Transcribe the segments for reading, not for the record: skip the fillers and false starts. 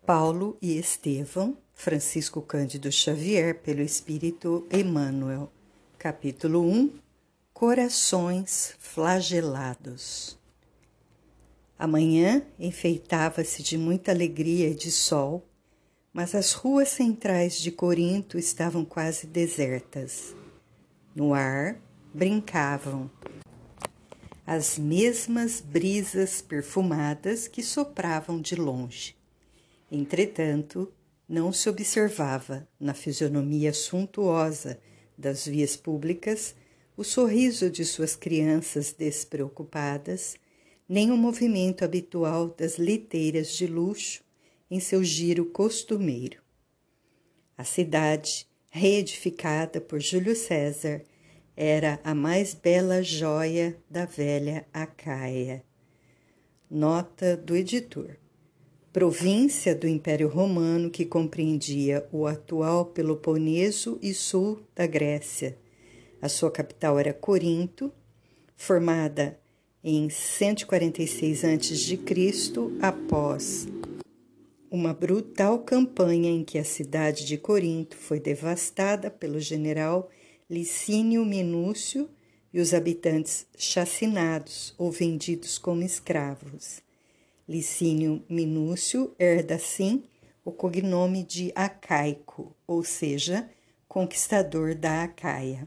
Paulo e Estevão, Francisco Cândido Xavier, pelo Espírito Emmanuel. Capítulo 1. Corações flagelados. A manhã enfeitava-se de muita alegria e de sol, mas as ruas centrais de Corinto estavam quase desertas. No ar brincavam as mesmas brisas perfumadas que sopravam de longe. Entretanto, não se observava na fisionomia suntuosa das vias públicas o sorriso de suas crianças despreocupadas, nem o movimento habitual das liteiras de luxo em seu giro costumeiro. A cidade, reedificada por Júlio César, era a mais bela joia da velha Acaia. Nota do editor. Província do Império Romano que compreendia o atual Peloponeso e sul da Grécia. A sua capital era Corinto, formada em 146 a.C., após uma brutal campanha em que a cidade de Corinto foi devastada pelo general Licínio Minúcio e os habitantes chacinados ou vendidos como escravos. Licínio Minúcio herda, assim, o cognome de Acaico, ou seja, conquistador da Acaia.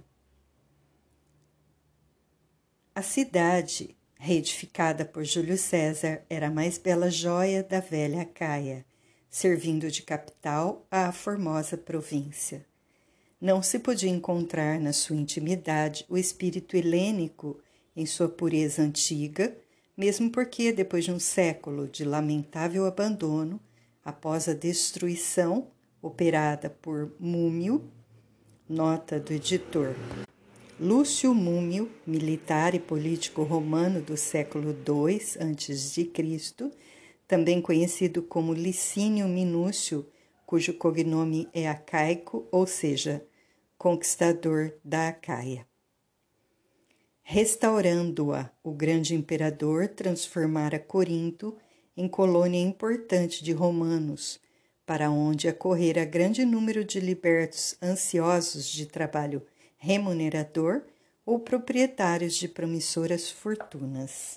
A cidade, reedificada por Júlio César, era a mais bela joia da velha Acaia, servindo de capital à formosa província. Não se podia encontrar na sua intimidade o espírito helênico em sua pureza antiga, mesmo porque, depois de um século de lamentável abandono, após a destruição operada por Múmio, nota do editor, Lúcio Múmio, militar e político romano do século II a.C., também conhecido como Licínio Minúcio, cujo cognome é acaico, ou seja, conquistador da Acaia. Restaurando-a, o grande imperador transformara Corinto em colônia importante de romanos, para onde acorrera grande número de libertos ansiosos de trabalho remunerador ou proprietários de promissoras fortunas.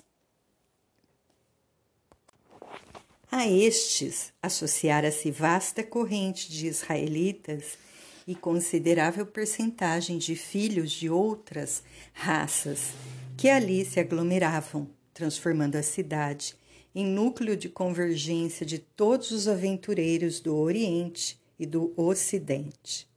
A estes associara-se vasta corrente de israelitas e considerável percentagem de filhos de outras raças que ali se aglomeravam, transformando a cidade em núcleo de convergência de todos os aventureiros do Oriente e do Ocidente.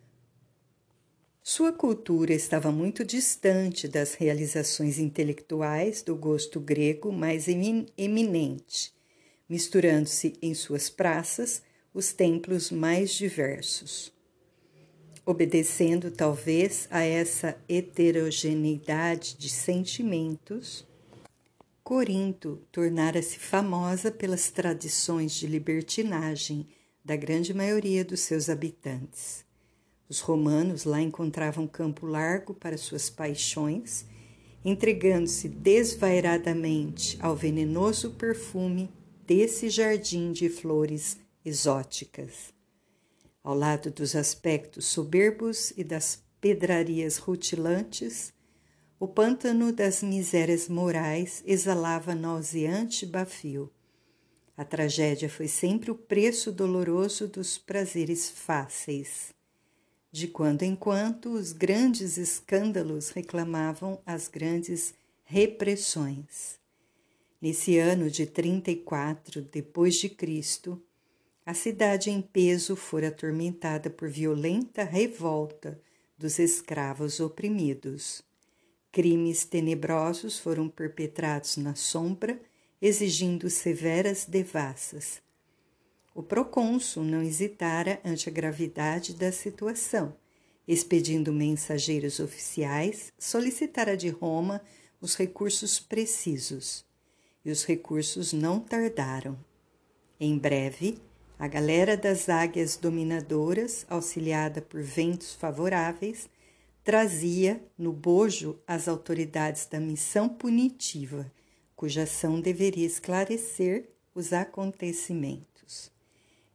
Sua cultura estava muito distante das realizações intelectuais do gosto grego mais eminente, misturando-se em suas praças os templos mais diversos. Obedecendo, talvez, a essa heterogeneidade de sentimentos, Corinto tornara-se famosa pelas tradições de libertinagem da grande maioria dos seus habitantes. Os romanos lá encontravam campo largo para suas paixões, entregando-se desvairadamente ao venenoso perfume desse jardim de flores exóticas. Ao lado dos aspectos soberbos e das pedrarias rutilantes, o pântano das misérias morais exalava nauseante bafio. A tragédia foi sempre o preço doloroso dos prazeres fáceis. De quando em quando, os grandes escândalos reclamavam as grandes repressões. Nesse ano de 34 depois de Cristo, a cidade em peso fora atormentada por violenta revolta dos escravos oprimidos. Crimes tenebrosos foram perpetrados na sombra, exigindo severas devassas. O procônsul não hesitara ante a gravidade da situação. Expedindo mensageiros oficiais, solicitara de Roma os recursos precisos. E os recursos não tardaram. Em breve, a galera das águias dominadoras, auxiliada por ventos favoráveis, trazia no bojo as autoridades da missão punitiva, cuja ação deveria esclarecer os acontecimentos.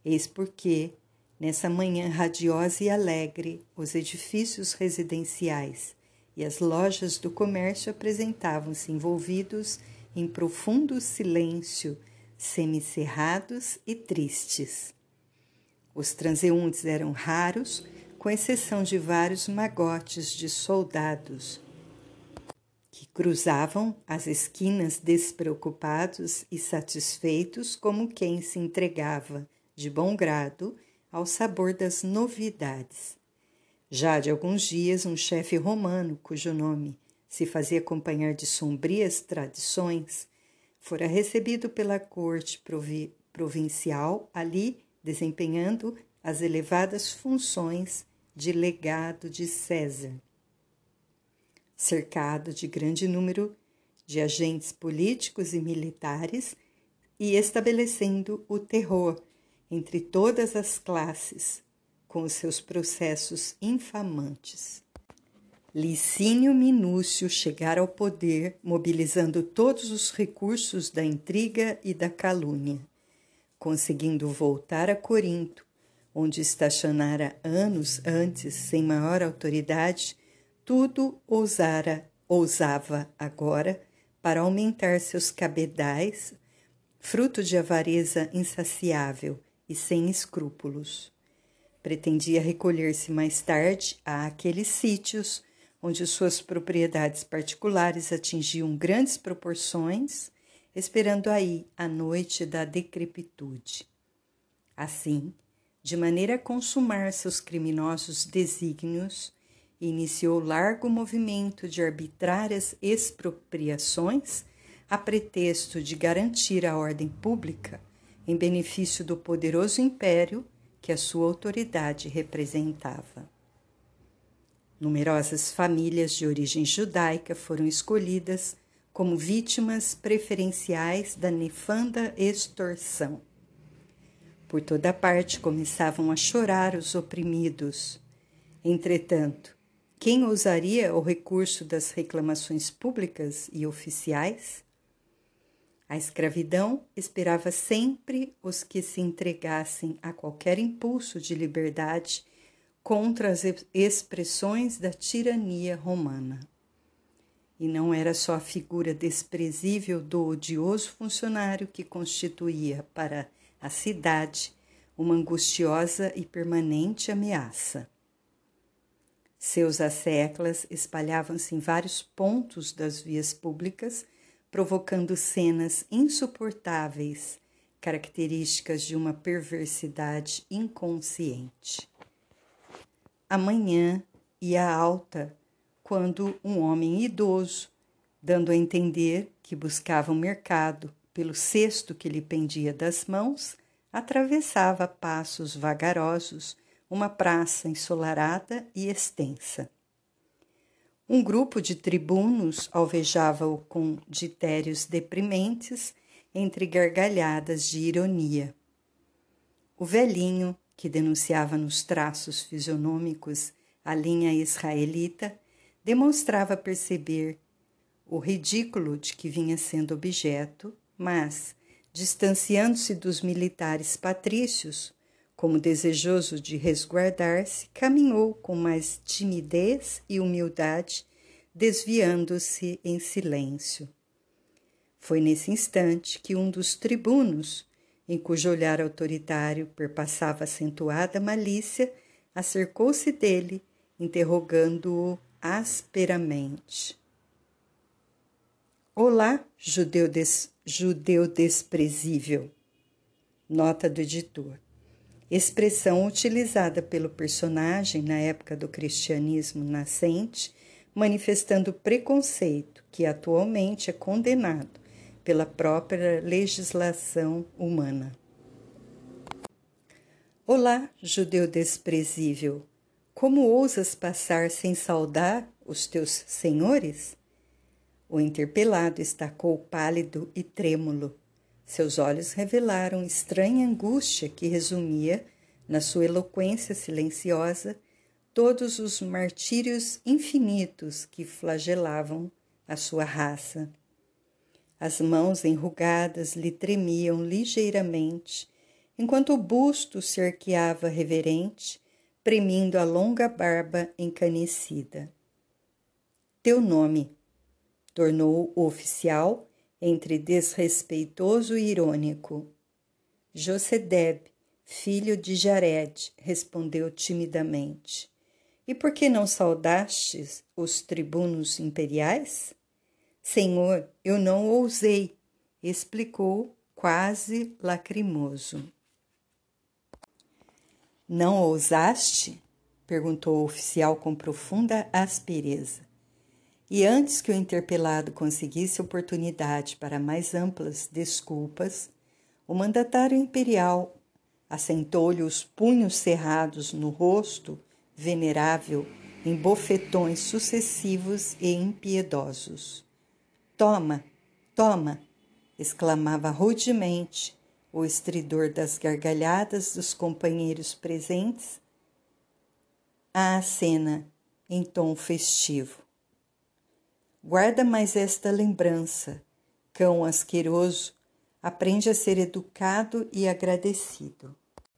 Eis porque, nessa manhã radiosa e alegre, os edifícios residenciais e as lojas do comércio apresentavam-se envolvidos em profundo silêncio, semicerrados e tristes. Os transeuntes eram raros, com exceção de vários magotes de soldados que cruzavam as esquinas despreocupados e satisfeitos como quem se entregava de bom grado ao sabor das novidades. Já de alguns dias, um chefe romano, cujo nome se fazia acompanhar de sombrias tradições, fora recebido pela corte provincial, ali desempenhando as elevadas funções de legado de César. Cercado de grande número de agentes políticos e militares e estabelecendo o terror entre todas as classes, com os seus processos infamantes. Licínio Minúcio chegara ao poder, mobilizando todos os recursos da intriga e da calúnia, conseguindo voltar a Corinto, onde estacionara anos antes, sem maior autoridade, tudo ousava agora para aumentar seus cabedais, fruto de avareza insaciável e sem escrúpulos. Pretendia recolher-se mais tarde àqueles sítios onde suas propriedades particulares atingiam grandes proporções, esperando aí a noite da decrepitude. Assim, de maneira a consumar seus criminosos desígnios, iniciou largo movimento de arbitrárias expropriações a pretexto de garantir a ordem pública em benefício do poderoso império que a sua autoridade representava. Numerosas famílias de origem judaica foram escolhidas como vítimas preferenciais da nefanda extorsão. Por toda parte começavam a chorar os oprimidos. Entretanto, quem ousaria o recurso das reclamações públicas e oficiais? A escravidão esperava sempre os que se entregassem a qualquer impulso de liberdade contra as expressões da tirania romana. E não era só a figura desprezível do odioso funcionário que constituía para a cidade uma angustiosa e permanente ameaça. Seus asseclas espalhavam-se em vários pontos das vias públicas, provocando cenas insuportáveis, características de uma perversidade inconsciente. A manhã ia alta quando um homem idoso, dando a entender que buscava um mercado pelo cesto que lhe pendia das mãos, atravessava a passos vagarosos uma praça ensolarada e extensa. Um grupo de tribunos alvejava-o com ditérios deprimentes entre gargalhadas de ironia. O velhinho, que denunciava nos traços fisionômicos a linha israelita, demonstrava perceber o ridículo de que vinha sendo objeto, mas, distanciando-se dos militares patrícios, como desejoso de resguardar-se, caminhou com mais timidez e humildade, desviando-se em silêncio. Foi nesse instante que um dos tribunos, em cujo olhar autoritário perpassava acentuada malícia, acercou-se dele, interrogando-o asperamente. Olá, judeu desprezível. Nota do editor. Expressão utilizada pelo personagem na época do cristianismo nascente, manifestando preconceito que atualmente é condenado pela própria legislação humana. Olá, judeu desprezível, como ousas passar sem saudar os teus senhores? O interpelado estacou pálido e trêmulo. Seus olhos revelaram estranha angústia que resumia, na sua eloquência silenciosa, todos os martírios infinitos que flagelavam a sua raça. As mãos enrugadas lhe tremiam ligeiramente, enquanto o busto se arqueava reverente, premindo a longa barba encanecida. Teu nome, tornou o oficial, entre desrespeitoso e irônico. Josedeb, filho de Jared, respondeu timidamente. E por que não saudastes os tribunos imperiais? Senhor, eu não ousei, explicou, quase lacrimoso. Não ousaste? Perguntou o oficial com profunda aspereza. E antes que o interpelado conseguisse oportunidade para mais amplas desculpas, o mandatário imperial assentou-lhe os punhos cerrados no rosto venerável em bofetões sucessivos e impiedosos. Toma, toma! Exclamava rudemente o estridor das gargalhadas dos companheiros presentes à cena em tom festivo. Guarda mais esta lembrança, cão asqueroso, aprende a ser educado e agradecido.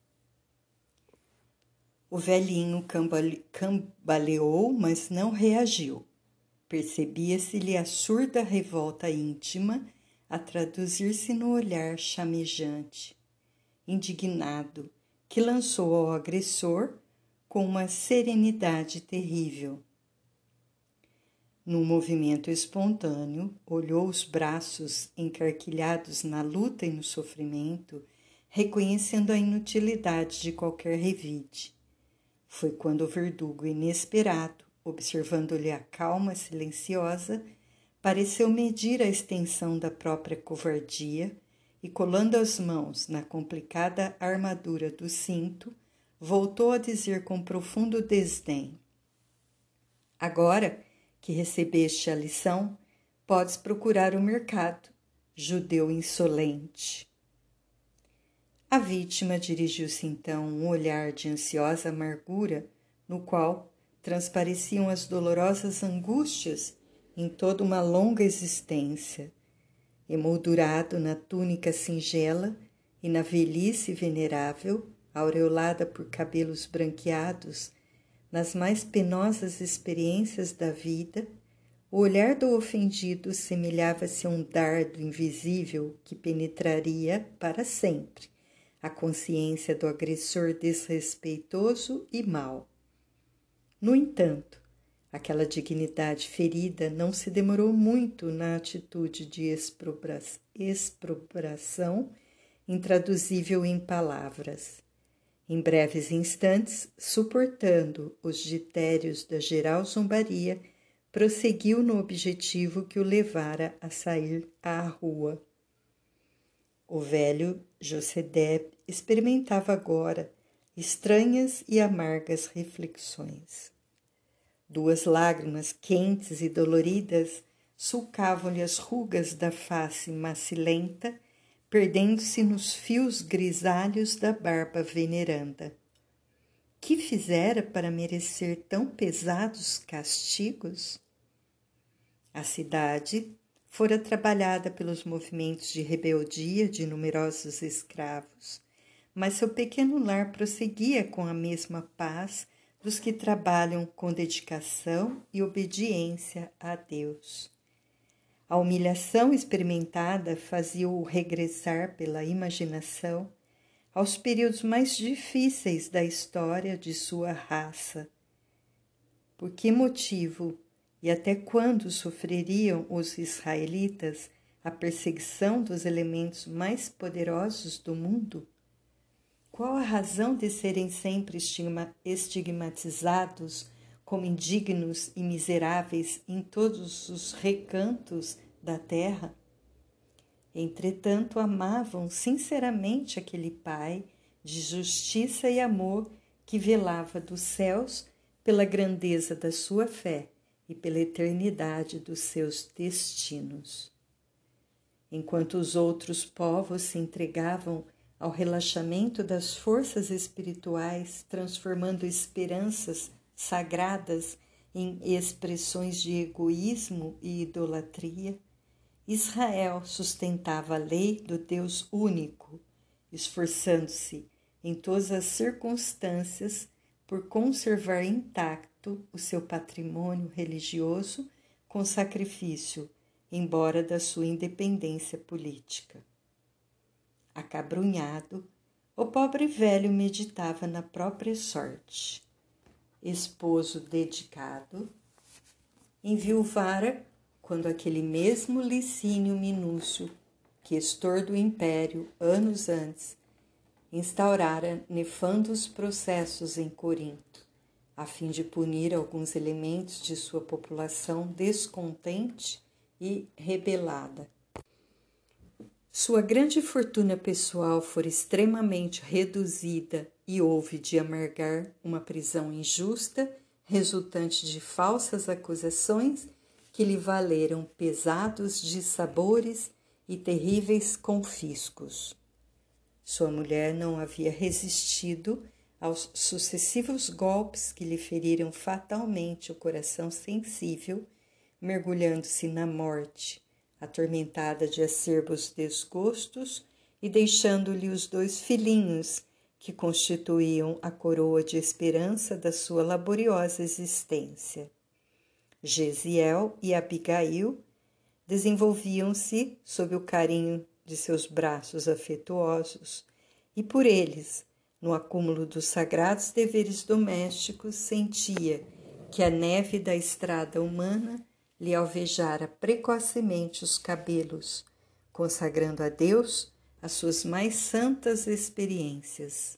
O velhinho cambaleou, mas não reagiu. Percebia-se-lhe a surda revolta íntima a traduzir-se no olhar chamejante, indignado, que lançou ao agressor com uma serenidade terrível. Num movimento espontâneo, olhou os braços encarquilhados na luta e no sofrimento, reconhecendo a inutilidade de qualquer revide. Foi quando o verdugo inesperado, observando-lhe a calma silenciosa, pareceu medir a extensão da própria covardia e, colando as mãos na complicada armadura do cinto, voltou a dizer com profundo desdém: Agora que recebeste a lição, podes procurar o mercado, judeu insolente. A vítima dirigiu-se então um olhar de ansiosa amargura, no qual transpareciam as dolorosas angústias em toda uma longa existência, emoldurado na túnica singela e na velhice venerável, aureolada por cabelos branqueados, nas mais penosas experiências da vida, o olhar do ofendido semelhava-se a um dardo invisível que penetraria para sempre a consciência do agressor desrespeitoso e mau. No entanto, aquela dignidade ferida não se demorou muito na atitude de exprobração intraduzível em palavras. Em breves instantes, suportando os ditérios da geral zombaria, prosseguiu no objetivo que o levara a sair à rua. O velho Josedeb experimentava agora estranhas e amargas reflexões. Duas lágrimas quentes e doloridas sulcavam-lhe as rugas da face macilenta, perdendo-se nos fios grisalhos da barba veneranda. Que fizera para merecer tão pesados castigos? A cidade fora trabalhada pelos movimentos de rebeldia de numerosos escravos, mas seu pequeno lar prosseguia com a mesma paz dos que trabalham com dedicação e obediência a Deus. A humilhação experimentada fazia-o regressar pela imaginação aos períodos mais difíceis da história de sua raça. Por que motivo e até quando sofreriam os israelitas a perseguição dos elementos mais poderosos do mundo? Qual a razão de serem sempre estigmatizados como indignos e miseráveis em todos os recantos da terra? Entretanto, amavam sinceramente aquele Pai de justiça e amor que velava dos céus pela grandeza da sua fé e pela eternidade dos seus destinos. Enquanto os outros povos se entregavam ao relaxamento das forças espirituais, transformando esperanças sagradas em expressões de egoísmo e idolatria, Israel sustentava a lei do Deus único esforçando-se em todas as circunstâncias por conservar intacto o seu patrimônio religioso com sacrifício, embora da sua independência política. Acabrunhado, o pobre velho meditava na própria sorte. Esposo dedicado, enviuvara quando aquele mesmo Licínio Minúcio, questor do império anos antes, instaurara nefandos processos em Corinto, a fim de punir alguns elementos de sua população descontente e rebelada. Sua grande fortuna pessoal fora extremamente reduzida e houve de amargar uma prisão injusta, resultante de falsas acusações que lhe valeram pesados dissabores e terríveis confiscos. Sua mulher não havia resistido aos sucessivos golpes que lhe feriram fatalmente o coração sensível, mergulhando-se na morte, atormentada de acerbos desgostos e deixando-lhe os 2 filhinhos que constituíam a coroa de esperança da sua laboriosa existência. Gesiel e Abigail desenvolviam-se sob o carinho de seus braços afetuosos e por eles, no acúmulo dos sagrados deveres domésticos, sentia que a neve da estrada humana lhe alvejara precocemente os cabelos, consagrando a Deus as suas mais santas experiências.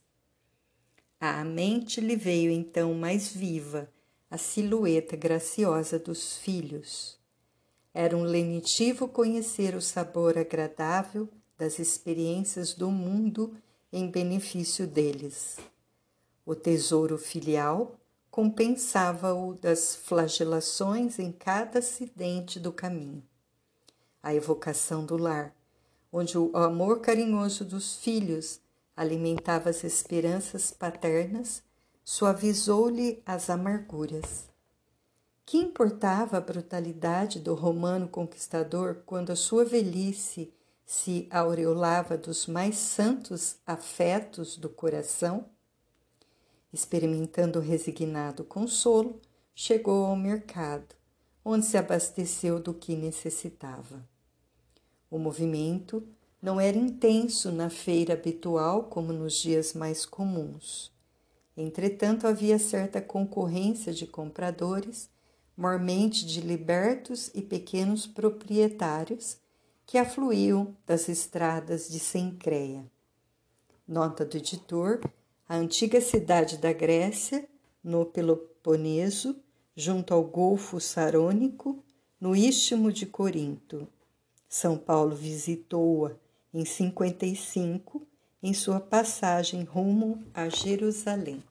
À mente lhe veio então mais viva a silhueta graciosa dos filhos. Era um lenitivo conhecer o sabor agradável das experiências do mundo em benefício deles. O tesouro filial compensava-o das flagelações em cada acidente do caminho. A evocação do lar, onde o amor carinhoso dos filhos alimentava as esperanças paternas, suavizou-lhe as amarguras. Que importava a brutalidade do romano conquistador quando a sua velhice se aureolava dos mais santos afetos do coração? Experimentando resignado consolo, chegou ao mercado, onde se abasteceu do que necessitava. O movimento não era intenso na feira habitual como nos dias mais comuns. Entretanto, havia certa concorrência de compradores, mormente de libertos e pequenos proprietários, que afluíam das estradas de Cencreia. Nota do editor: a antiga cidade da Grécia, no Peloponeso, junto ao Golfo Sarônico, no Istmo de Corinto. São Paulo visitou-a em 55, em sua passagem rumo a Jerusalém.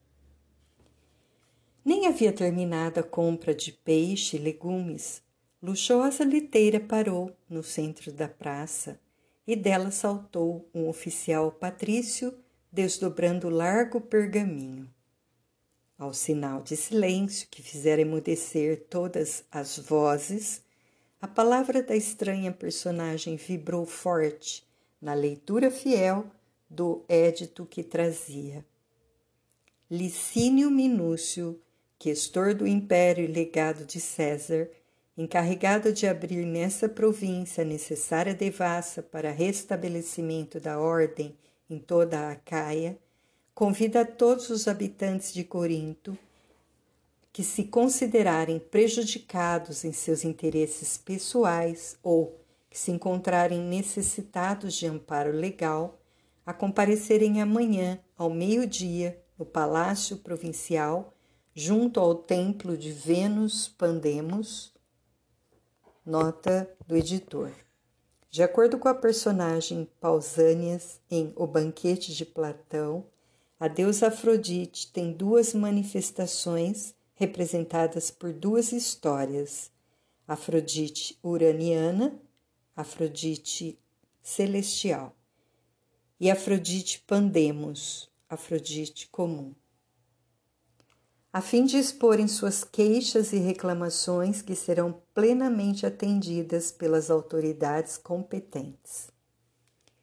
Nem havia terminado a compra de peixe e legumes. Luxuosa liteira parou no centro da praça e dela saltou um oficial patrício desdobrando largo pergaminho. Ao sinal de silêncio que fizera emudecer todas as vozes, a palavra da estranha personagem vibrou forte na leitura fiel do édito que trazia. Licínio Minúcio, questor do império e legado de César, encarregado de abrir nessa província a necessária devassa para restabelecimento da ordem em toda a Acaia, convida a todos os habitantes de Corinto que se considerarem prejudicados em seus interesses pessoais ou que se encontrarem necessitados de amparo legal, a comparecerem amanhã, ao meio-dia, no Palácio Provincial, junto ao templo de Vênus Pandemos. Nota do editor. De acordo com a personagem Pausânias em O Banquete de Platão, a deusa Afrodite tem 2 manifestações representadas por 2 histórias: Afrodite uraniana, Afrodite celestial, e Afrodite Pandemos, Afrodite comum, a fim de exporem suas queixas e reclamações que serão plenamente atendidas pelas autoridades competentes.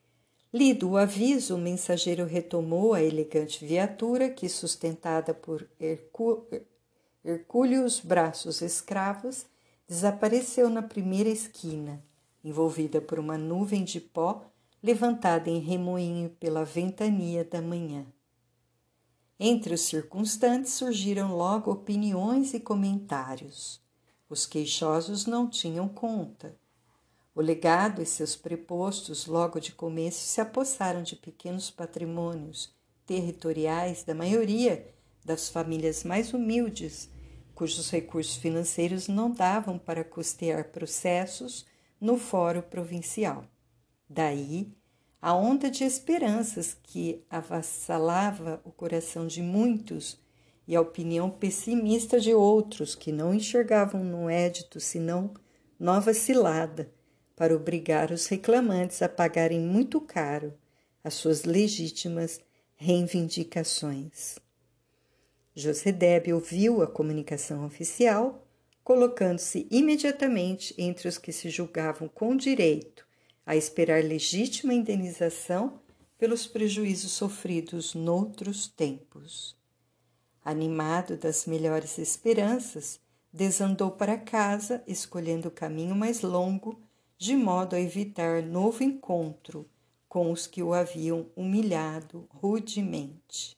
Lido o aviso, o mensageiro retomou a elegante viatura que, sustentada por hercúleos braços escravos, desapareceu na primeira esquina, envolvida por uma nuvem de pó levantada em remoinho pela ventania da manhã. Entre os circunstantes surgiram logo opiniões e comentários. Os queixosos não tinham conta. O legado e seus prepostos, logo de começo, se apossaram de pequenos patrimônios territoriais da maioria das famílias mais humildes, cujos recursos financeiros não davam para custear processos no fórum provincial. Daí, a onda de esperanças que avassalava o coração de muitos e a opinião pessimista de outros que não enxergavam no édito senão nova cilada para obrigar os reclamantes a pagarem muito caro as suas legítimas reivindicações. Josedebe ouviu a comunicação oficial, colocando-se imediatamente entre os que se julgavam com direito a esperar legítima indenização pelos prejuízos sofridos noutros tempos. Animado das melhores esperanças, desandou para casa, escolhendo o caminho mais longo, de modo a evitar novo encontro com os que o haviam humilhado rudemente.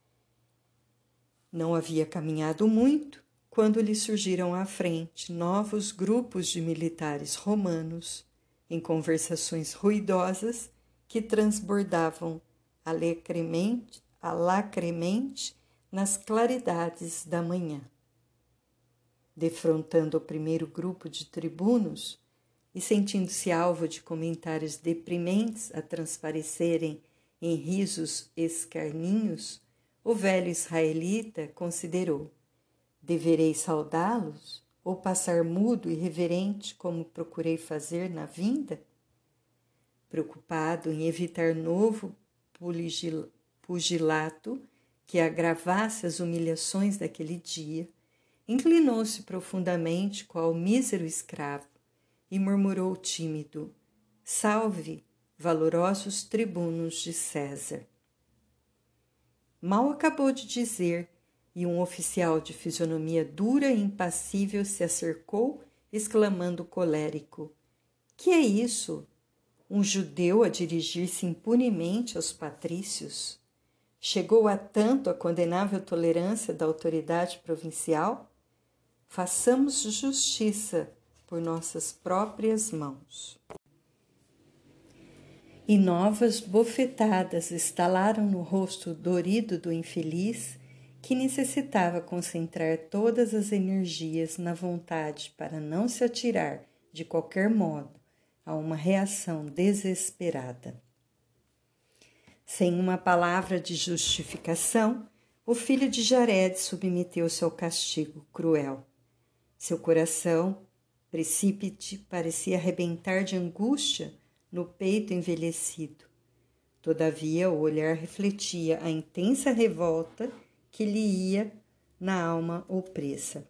Não havia caminhado muito quando lhe surgiram à frente novos grupos de militares romanos, em conversações ruidosas que transbordavam alacremente nas claridades da manhã. Defrontando o primeiro grupo de tribunos e sentindo-se alvo de comentários deprimentes a transparecerem em risos escarninhos, o velho israelita considerou: deverei saudá-los ou passar mudo e reverente como procurei fazer na vinda? Preocupado em evitar novo pugilato que agravasse as humilhações daquele dia, inclinou-se profundamente qual mísero escravo e murmurou tímido: salve, valorosos tribunos de César. Mal acabou de dizer, e um oficial de fisionomia dura e impassível se acercou, exclamando colérico: que é isso? Um judeu a dirigir-se impunemente aos patrícios? Chegou a tanto a condenável tolerância da autoridade provincial? Façamos justiça por nossas próprias mãos. E novas bofetadas estalaram no rosto dorido do infeliz, que necessitava concentrar todas as energias na vontade para não se atirar, de qualquer modo, a uma reação desesperada. Sem uma palavra de justificação, o filho de Jared submeteu-se ao castigo cruel. Seu coração, precípite, parecia arrebentar de angústia no peito envelhecido. Todavia, o olhar refletia a intensa revolta que lhe ia na alma opressa.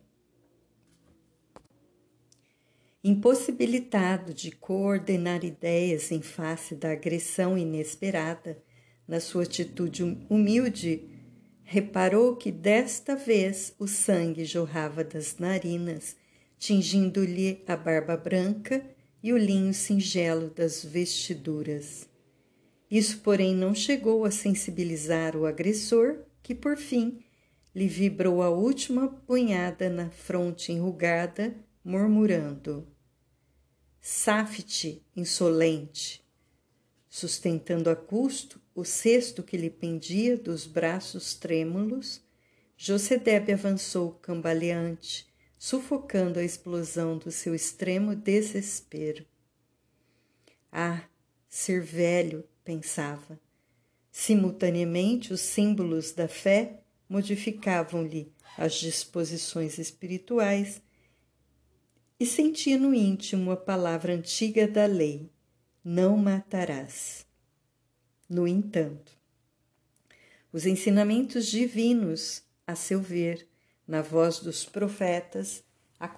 Impossibilitado de coordenar ideias em face da agressão inesperada, na sua atitude humilde, reparou que desta vez o sangue jorrava das narinas, tingindo-lhe a barba branca e o linho singelo das vestiduras. Isso, porém, não chegou a sensibilizar o agressor, que, por fim, lhe vibrou a última punhada na fronte enrugada, murmurando: safe-te, insolente! Sustentando a custo o cesto que lhe pendia dos braços trêmulos, Josedebe avançou cambaleante, sufocando a explosão do seu extremo desespero. Ah, ser velho, pensava. Simultaneamente, os símbolos da fé modificavam-lhe as disposições espirituais e sentia no íntimo a palavra antiga da lei: não matarás. No entanto, os ensinamentos divinos, a seu ver, na voz dos profetas,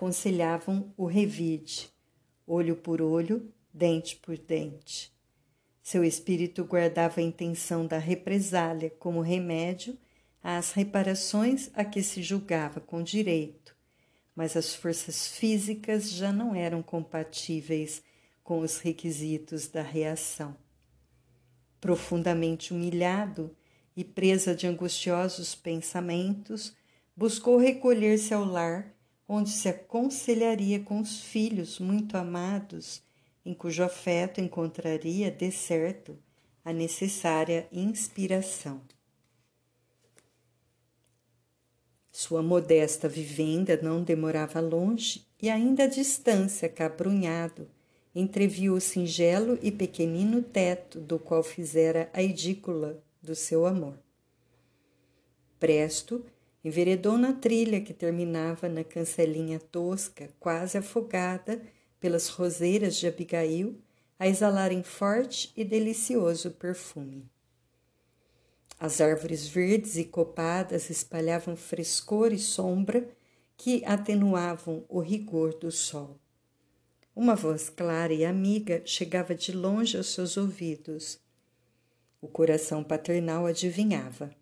aconselhavam o revide, olho por olho, dente por dente. Seu espírito guardava a intenção da represália como remédio às reparações a que se julgava com direito, mas as forças físicas já não eram compatíveis com os requisitos da reação. Profundamente humilhado e presa de angustiosos pensamentos, buscou recolher-se ao lar, onde se aconselharia com os filhos muito amados, em cujo afeto encontraria, de certo, a necessária inspiração. Sua modesta vivenda não demorava longe e ainda à distância, cabrunhado, entreviu o singelo e pequenino teto do qual fizera a edícula do seu amor. Presto, enveredou na trilha que terminava na cancelinha tosca, quase afogada pelas roseiras de Abigail, a exalarem forte e delicioso perfume. As árvores verdes e copadas espalhavam frescor e sombra que atenuavam o rigor do sol. Uma voz clara e amiga chegava de longe aos seus ouvidos. O coração paternal adivinhava.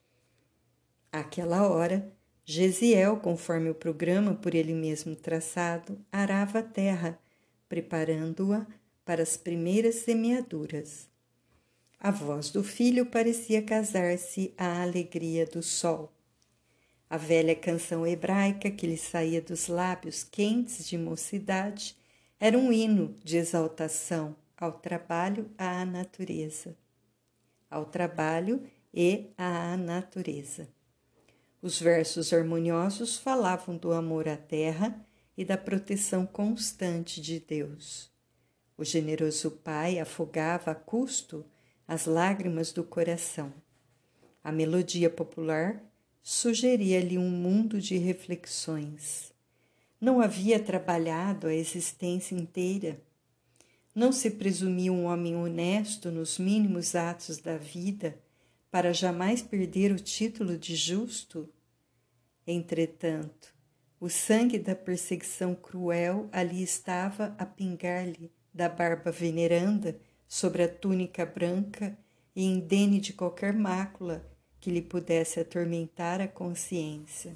Àquela hora, Gesiel, conforme o programa por ele mesmo traçado, arava a terra, preparando-a para as primeiras semeaduras. A voz do filho parecia casar-se à alegria do sol. A velha canção hebraica que lhe saía dos lábios quentes de mocidade era um hino de exaltação ao trabalho à natureza. Ao trabalho e à natureza. Os versos harmoniosos falavam do amor à terra e da proteção constante de Deus. O generoso pai afogava a custo as lágrimas do coração. A melodia popular sugeria-lhe um mundo de reflexões. Não havia trabalhado a existência inteira. Não se presumia um homem honesto nos mínimos atos da vida para jamais perder o título de justo? Entretanto, o sangue da perseguição cruel ali estava a pingar-lhe da barba veneranda sobre a túnica branca e indene de qualquer mácula que lhe pudesse atormentar a consciência.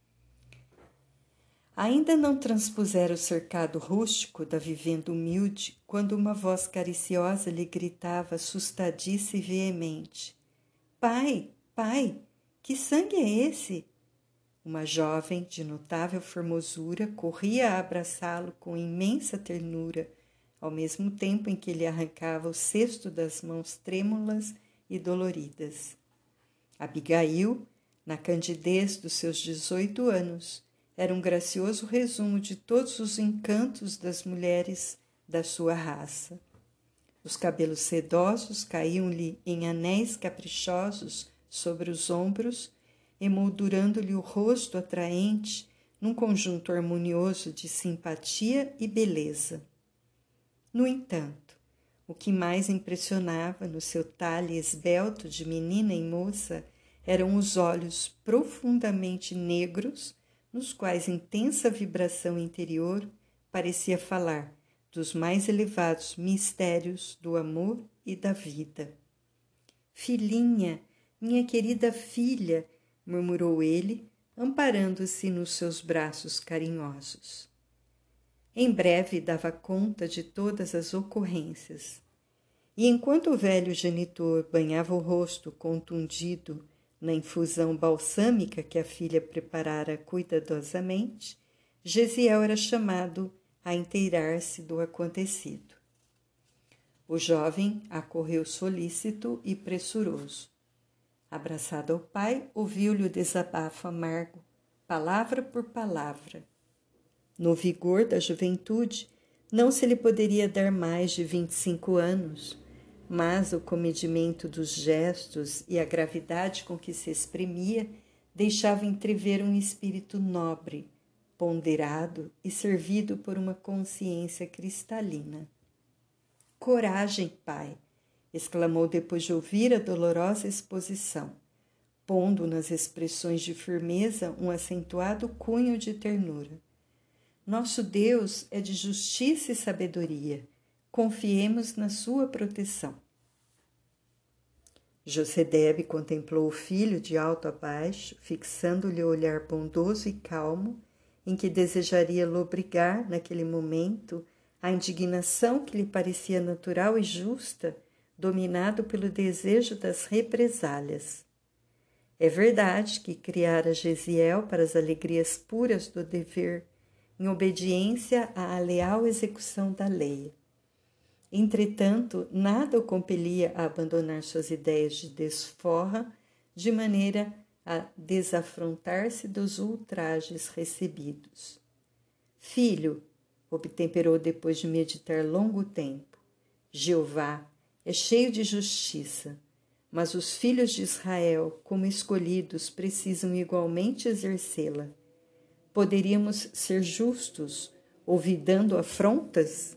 Ainda não transpusera o cercado rústico da vivenda humilde, quando uma voz cariciosa lhe gritava assustadiça e veemente: Pai, pai, que sangue é esse? Uma jovem de notável formosura corria a abraçá-lo com imensa ternura, ao mesmo tempo em que lhe arrancava o cesto das mãos trêmulas e doloridas. Abigail, na candidez dos seus 18 anos, era um gracioso resumo de todos os encantos das mulheres da sua raça. Os cabelos sedosos caíam-lhe em anéis caprichosos sobre os ombros, emoldurando-lhe o rosto atraente num conjunto harmonioso de simpatia e beleza. No entanto, o que mais impressionava no seu talhe esbelto de menina e moça eram os olhos profundamente negros, nos quais intensa vibração interior parecia falar dos mais elevados mistérios do amor e da vida. Filhinha, minha querida filha, murmurou ele, amparando-se nos seus braços carinhosos. Em breve dava conta de todas as ocorrências. E enquanto o velho genitor banhava o rosto contundido na infusão balsâmica que a filha preparara cuidadosamente, Gesiel era chamado a inteirar-se do acontecido. O jovem acorreu solícito e pressuroso. Abraçado ao pai, ouviu-lhe o desabafo amargo, palavra por palavra. No vigor da juventude, não se lhe poderia dar mais de 25 anos, mas o comedimento dos gestos e a gravidade com que se exprimia deixava entrever um espírito nobre, ponderado e servido por uma consciência cristalina. Coragem, pai! Exclamou depois de ouvir a dolorosa exposição, pondo nas expressões de firmeza um acentuado cunho de ternura. Nosso Deus é de justiça e sabedoria. Confiemos na sua proteção. Josedebe contemplou o filho de alto a baixo, fixando-lhe o olhar bondoso e calmo, em que desejaria lobrigar, naquele momento, a indignação que lhe parecia natural e justa, dominado pelo desejo das represálias. É verdade que criara Gesiel para as alegrias puras do dever, em obediência à leal execução da lei. Entretanto, nada o compelia a abandonar suas ideias de desforra, de maneira a desafrontar-se dos ultrajes recebidos. Filho, obtemperou depois de meditar longo tempo, Jeová é cheio de justiça, mas os filhos de Israel, como escolhidos, precisam igualmente exercê-la. Poderíamos ser justos, olvidando afrontas?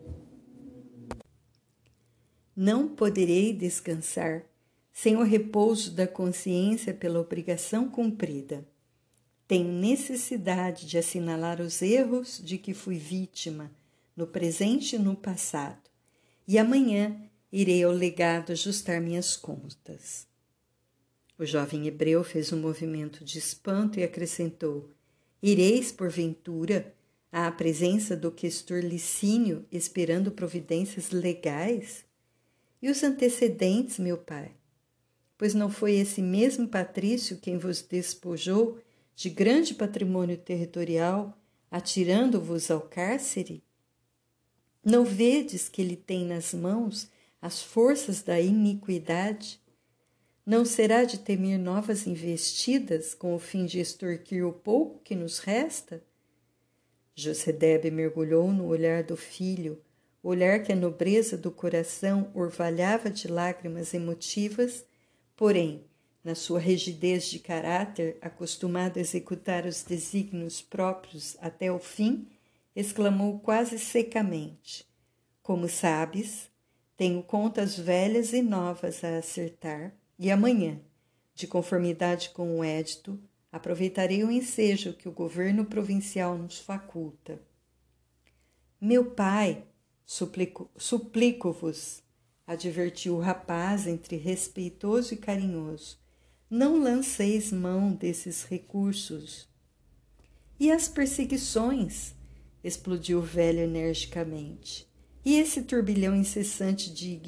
Não poderei descansar sem o repouso da consciência pela obrigação cumprida. Tenho necessidade de assinalar os erros de que fui vítima, no presente e no passado, e amanhã irei ao legado ajustar minhas contas. O jovem hebreu fez um movimento de espanto e acrescentou: Ireis, porventura, à presença do questor Licínio, esperando providências legais? E os antecedentes, meu pai? Pois não foi esse mesmo patrício quem vos despojou de grande patrimônio territorial, atirando-vos ao cárcere? Não vedes que ele tem nas mãos as forças da iniquidade? Não será de temer novas investidas com o fim de extorquir o pouco que nos resta? Josedebe mergulhou no olhar do filho, olhar que a nobreza do coração orvalhava de lágrimas emotivas, porém, na sua rigidez de caráter, acostumado a executar os desígnios próprios até o fim, exclamou quase secamente: Como sabes, tenho contas velhas e novas a acertar, e amanhã, de conformidade com o édito, aproveitarei o ensejo que o governo provincial nos faculta. Meu pai, suplico-vos, advertiu o rapaz entre respeitoso e carinhoso, não lanceis mão desses recursos. E as perseguições? Explodiu o velho energicamente. E esse turbilhão incessante de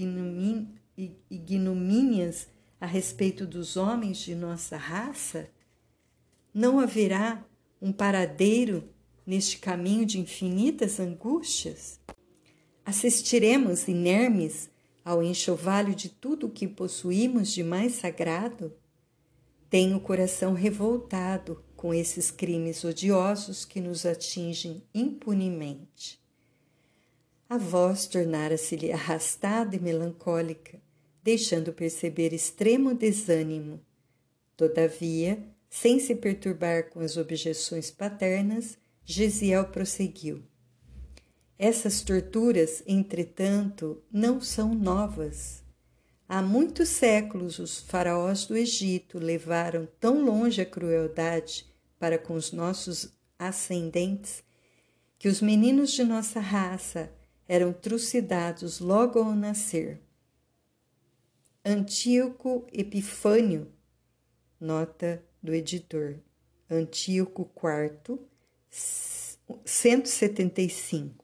ignomínias a respeito dos homens de nossa raça? Não haverá um paradeiro neste caminho de infinitas angústias? Assistiremos inermes ao enxovalho de tudo o que possuímos de mais sagrado? Tenho o coração revoltado com esses crimes odiosos que nos atingem impunemente. A voz tornara-se-lhe arrastada e melancólica, deixando perceber extremo desânimo. Todavia, sem se perturbar com as objeções paternas, Gesiel prosseguiu. Essas torturas, entretanto, não são novas. Há muitos séculos os faraós do Egito levaram tão longe a crueldade para com os nossos ascendentes que os meninos de nossa raça eram trucidados logo ao nascer. Antíoco Epifânio, nota do editor, Antíoco IV, 175,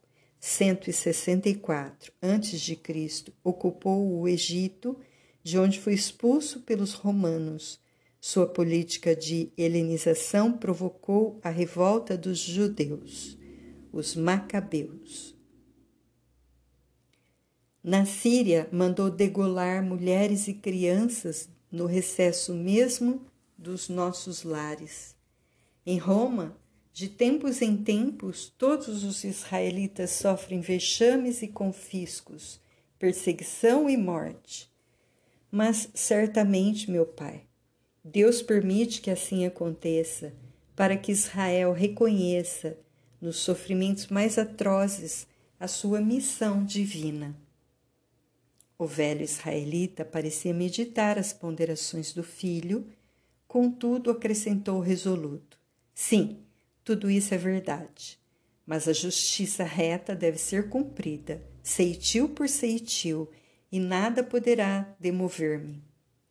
164 a.C., ocupou o Egito, de onde foi expulso pelos romanos. Sua política de helenização provocou a revolta dos judeus, os macabeus. Na Síria, mandou degolar mulheres e crianças no recesso mesmo dos nossos lares. Em Roma, de tempos em tempos, todos os israelitas sofrem vexames e confiscos, perseguição e morte. Mas, certamente, meu pai, Deus permite que assim aconteça, para que Israel reconheça, nos sofrimentos mais atrozes, a sua missão divina. O velho israelita parecia meditar as ponderações do filho, contudo acrescentou resoluto: Sim, tudo isso é verdade, mas a justiça reta deve ser cumprida, ceitil por ceitil, e nada poderá demover-me.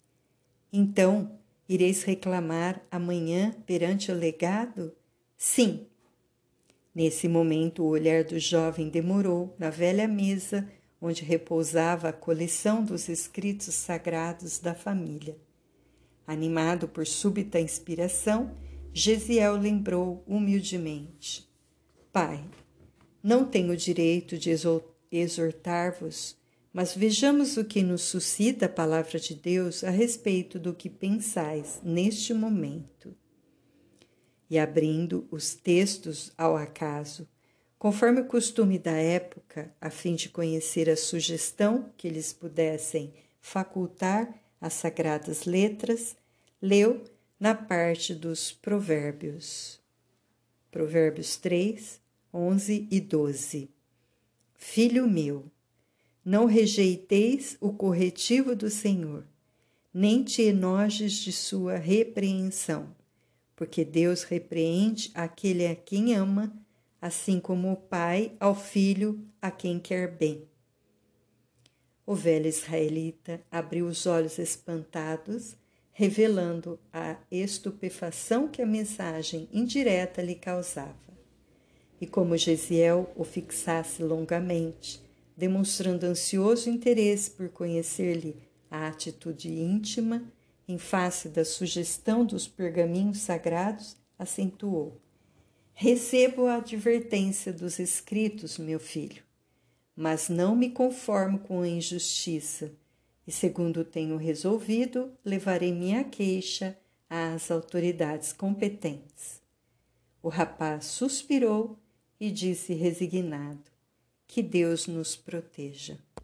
Então, ireis reclamar amanhã perante o legado? Sim. Nesse momento, o olhar do jovem demorou na velha mesa onde repousava a coleção dos escritos sagrados da família. Animado por súbita inspiração, Gesiel lembrou humildemente: Pai, não tenho o direito de exortar-vos, mas vejamos o que nos suscita a palavra de Deus a respeito do que pensais neste momento. E abrindo os textos ao acaso, conforme o costume da época, a fim de conhecer a sugestão que lhes pudessem facultar as sagradas letras, leu na parte dos Provérbios. Provérbios 3, 11 e 12. Filho meu, não rejeiteis o corretivo do Senhor, nem te enojes de sua repreensão, porque Deus repreende aquele a quem ama, assim como o pai ao filho a quem quer bem. O velho israelita abriu os olhos espantados, revelando a estupefação que a mensagem indireta lhe causava. E como Gesiel o fixasse longamente, demonstrando ansioso interesse por conhecer-lhe a atitude íntima, em face da sugestão dos pergaminhos sagrados, acentuou: Recebo a advertência dos escritos, meu filho, mas não me conformo com a injustiça, e segundo tenho resolvido, levarei minha queixa às autoridades competentes. O rapaz suspirou e disse resignado: Que Deus nos proteja.